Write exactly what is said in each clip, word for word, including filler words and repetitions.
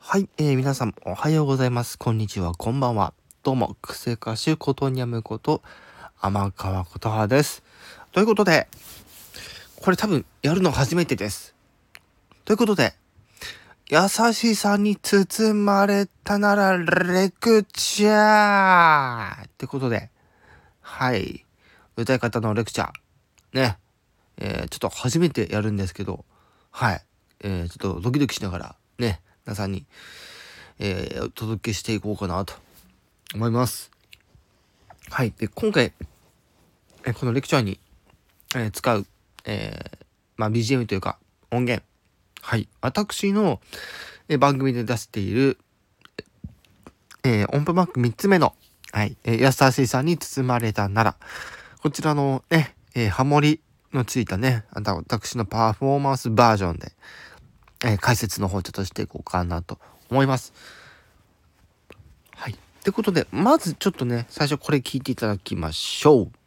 はい、えー、皆さんおはようございます。こんにちは、こんばんは。どうも、クセ歌手ことにゃむこと天川琴葉です。ということで、これ多分やるの初めてです。ということで、優しさに包まれたならレクチャーってことで、はい、歌い方のレクチャー、ね、えー、ちょっと初めてやるんですけど、はい、えー、ちょっとドキドキしながら、ね、皆さんに、えー、お届けしていこうかなと思います。はい。で、今回、えこのレクチャーに、えー使う、えーまあ、ビージーエム というか音源。はい。私の、えー番組で出している、えー音符バックみっつめの、はい。えー優しさに包まれたなら、こちらのね、えーハモリのついたね、あと私のパフォーマンスバージョンで、えー解説の方ちょっとしていこうかなと思います。はい。ってことで、まずちょっとね、最初これ聞いていただきましょう。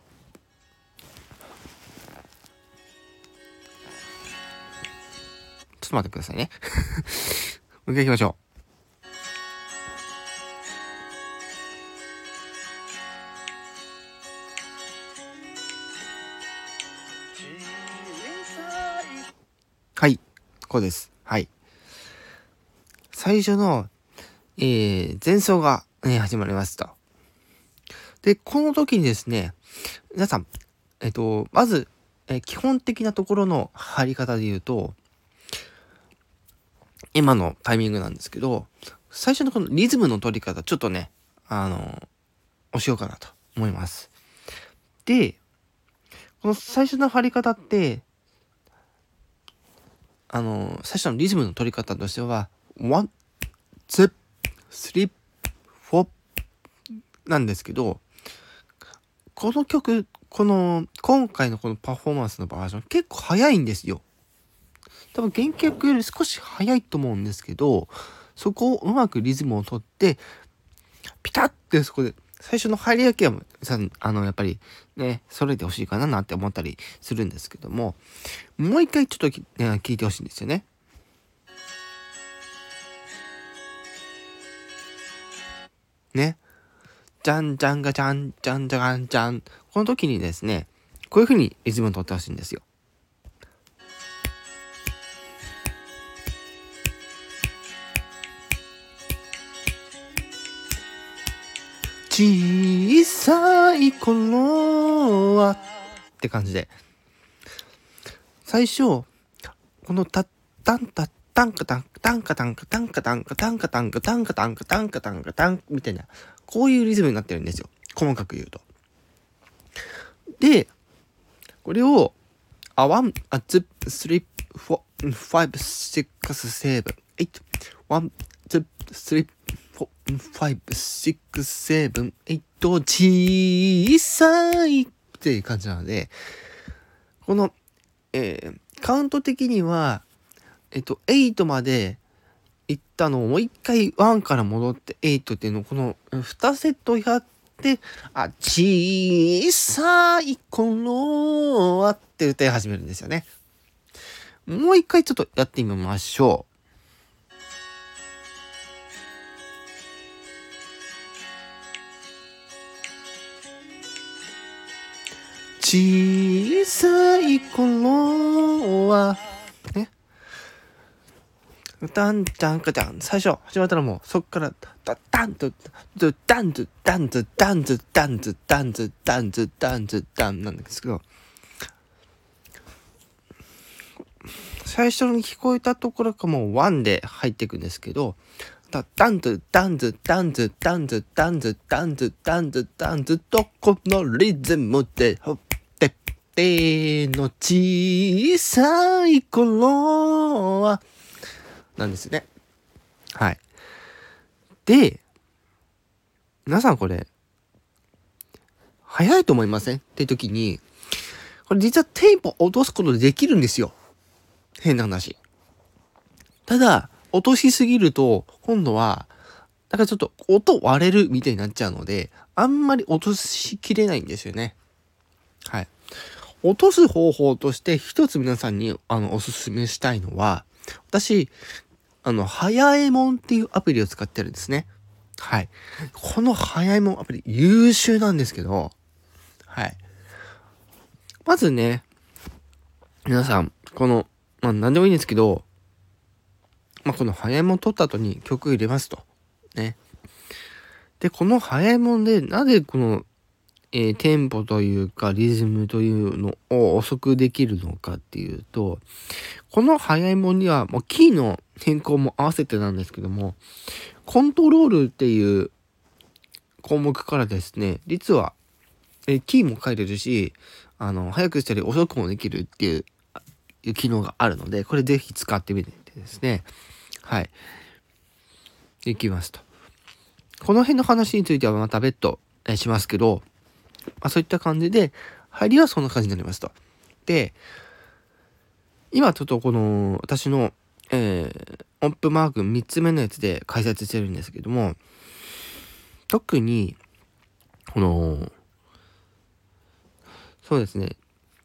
ちょっと待ってくださいね。もう一回行きましょう。はい。こうです。はい。最初の、えー、前奏が、ね、始まりますと。で、この時にですね、皆さん、えっと、まず、えー基本的なところの入り方で言うと、今のタイミングなんですけど、最初のこのリズムの取り方、ちょっとね、あの、教えようかなと思います。で、この最初の入り方って、あの、最初のリズムの取り方としては、ワン、ツー、スリー、フォーなんですけど、この曲、この、今回のこのパフォーマンスのバージョン、結構早いんですよ。多分原曲より少し早いと思うんですけど、そこをうまくリズムを取って、ピタッてそこで、最初の入りだけは、さあの、やっぱりね、揃えてほしいかななんて思ったりするんですけども、もう一回ちょっとき、ね、聞いてほしいんですよね。ね。じゃんじゃんがじゃんじゃんじゃんじゃん。この時にですね、こういう風にリズムを取ってほしいんですよ。小さい頃はって感じで、最初このタッタンタッタンカタンカタンカタンカタンカタンカタンカタンカタンカタンカタンカタンカタンみたいな、こういうリズムになってるんですよ、細かく言うと。でこれをあワンあツースリーフォーファイブシックスセブンエイトワンツースリーフォーファイブシックスセブンエイト小さいっていう感じなので、この、えー、カウント的にはえっとはちまで行ったのをもう一回いちから戻ってはちっていうのをこのにセットやって、あ、小さい頃はって歌い始めるんですよね。もう一回ちょっとやってみましょう。小さい頃は、ね。ダンダンカダン。最初、始まったらもう、そっから、ダダンと、ダンズ、ダンズ、ダンズ、ダンズ、ダンズ、ダンズ、ダンズ、ダンなんですけど、最初に聞こえたところがもうワンで入っていくんですけど、ダンズ、ダンズ、ダンズ、ダンズ、ダンズ、ダンズ、ダンズ、ダンズ、どこのリズムで、ほってっての小さい頃は、なんですね。はい。で、皆さんこれ、早いと思いませんって時に、これ実はテンポ落とすことでできるんですよ。変な話。ただ、落としすぎると、今度は、だからちょっと音割れるみたいになっちゃうので、あんまり落としきれないんですよね。はい。落とす方法として一つ皆さんにあのおすすめしたいのは、私、 あの、はやえもんっていうアプリを使ってるんですね。はい。このはやえもんアプリ優秀なんですけど、はい。まずね、皆さん、この、まあ何でもいいんですけど、まあこのはやえもん撮った後に曲入れますと。ね。で、このはやえもんで、なぜこの、えー、テンポというかリズムというのを遅くできるのかっていうと、このはやえもんにはもうキーの変更も合わせてなんですけども、コントロールっていう項目からですね、実は、えー、キーも変えれるし、あの、早くしたり遅くもできるっていう、いう機能があるので、これぜひ使ってみてですね、はい。できますと。この辺の話についてはまた別途、えー、しますけど、まあ、そういった感じで、入りはそんな感じになりますと。で、今ちょっとこの、私の、えー、音符マークみっつめのやつで解説してるんですけども、特に、この、そうですね、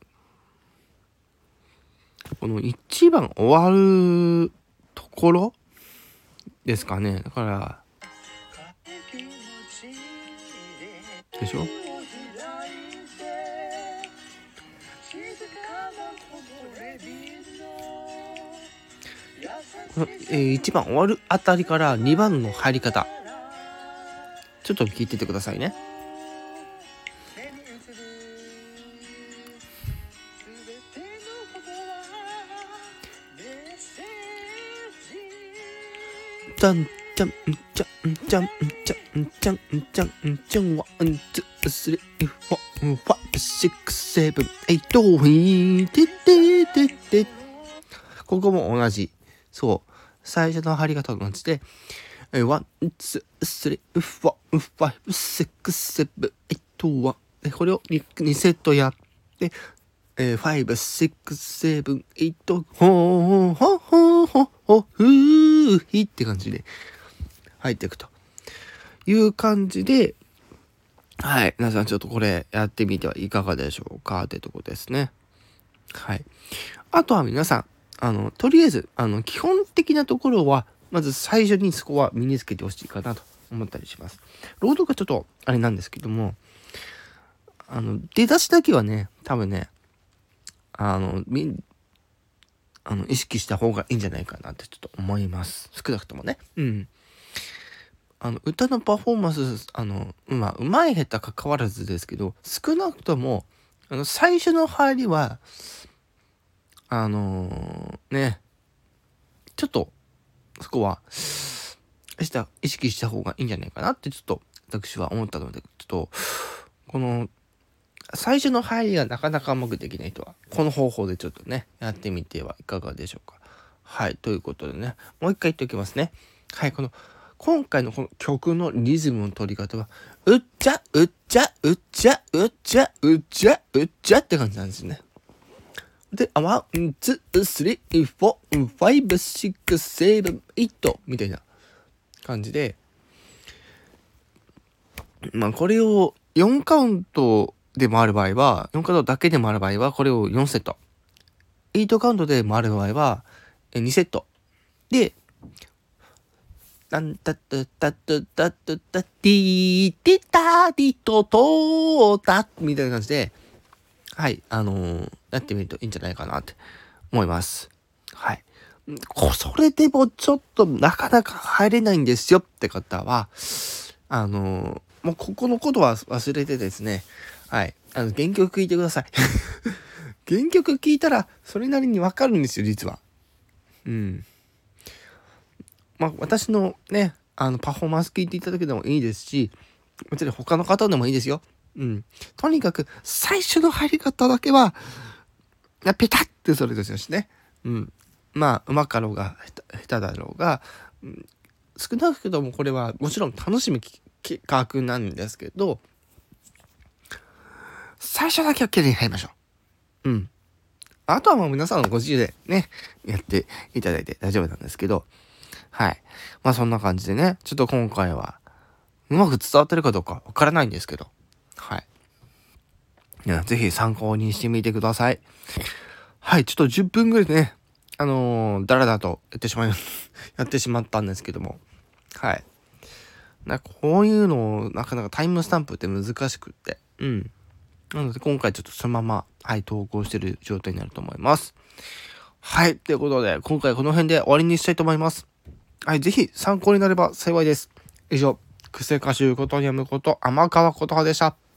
この一番終わるところですかね。だから、でしょ？この、えー、いちばん終わるあたりからにばんの入り方。ちょっと聞いててくださいね。じゃんじゃんじゃんじゃんじゃんじゃんじゃんじゃんワンツースリーフォーファイブシックスセブンエイトウィーテテテテテ。ここも同じ。そう。最初の張り方と同じで、ワンツースリーフォーファイブシックスセブンエイトワン。で、これをにセットやって、えー、ファイブ、シックス、セブン、エイト、ほーほーほーほーほーふーひって感じで入っていくという感じで、はい。皆さんちょっとこれやってみてはいかがでしょうかってとこですね。はい。あとは皆さん、あの、とりあえず、あの、基本的なところは、まず最初にそこは身につけてほしいかなと思ったりします。ロードがちょっとあれなんですけども、あの、出だしだけはね、多分ね、あの、み、あの、意識した方がいいんじゃないかなってちょっと思います。少なくともね。うん。あの、歌のパフォーマンス、あの、まあ、うまい下手関わらずですけど、少なくとも、あの、最初の入りは、あのー、ね、ちょっと、そこは、した、意識した方がいいんじゃないかなってちょっと、私は思ったので、ちょっと、この、最初の入りがなかなかうまくできない人は、この方法でちょっとね、やってみてはいかがでしょうか。はい、ということでね、もう一回言っておきますね。はい、この、今回のこの曲のリズムの取り方は、うっちゃ、うっちゃ、うっちゃ、うっちゃ、うっちゃ、うっちゃって感じなんですね。で、ワン、ツー、スリー、フォー、ファイブ、シックス、セブン、エイトみたいな感じで、まあこれをよんカウントで回る場合は、よんカウントだけで回る場合は、これをよんセット。はちカウントで回る場合は、にセット。で、タンタタタタタタタティーティタティトトータみたいな感じで、はい、あのー、やってみるといいんじゃないかなって思います。はい。それでもちょっとなかなか入れないんですよって方は、あのー、もうここのことは忘れてですね、はい、あの、原曲聴いてください。原曲聴いたら、それなりにわかるんですよ、実は。うん。まあ、私のね、あの、パフォーマンス聞いていただけでもいいですし、もちろん他の方でもいいですよ。うん。とにかく、最初の入り方だけは、ペタッてそれですしね。うん。まあ、うまかろうが、下手だろうが、うん、少なくともこれは、もちろん楽しみ企画なんですけど、最初だけは綺麗に入りましょう。うん。あとはもう皆さんのご自由でね、やっていただいて大丈夫なんですけど、はい。まあそんな感じでね、ちょっと今回は、うまく伝わってるかどうかわからないんですけど、はい。いや、ぜひ参考にしてみてください。はい、ちょっとじゅっぷんぐらいでね、 あのー、だらだとやってしまい、やってしまったんですけども。はい。なんかこういうの、なかなかタイムスタンプって難しくって。うん。なので今回ちょっとそのまま、はい、投稿してる状態になると思います。はい。ということで、今回この辺で終わりにしたいと思います。はい。ぜひ参考になれば幸いです。以上、クセ歌手ことにゃむこと天川琴葉でした。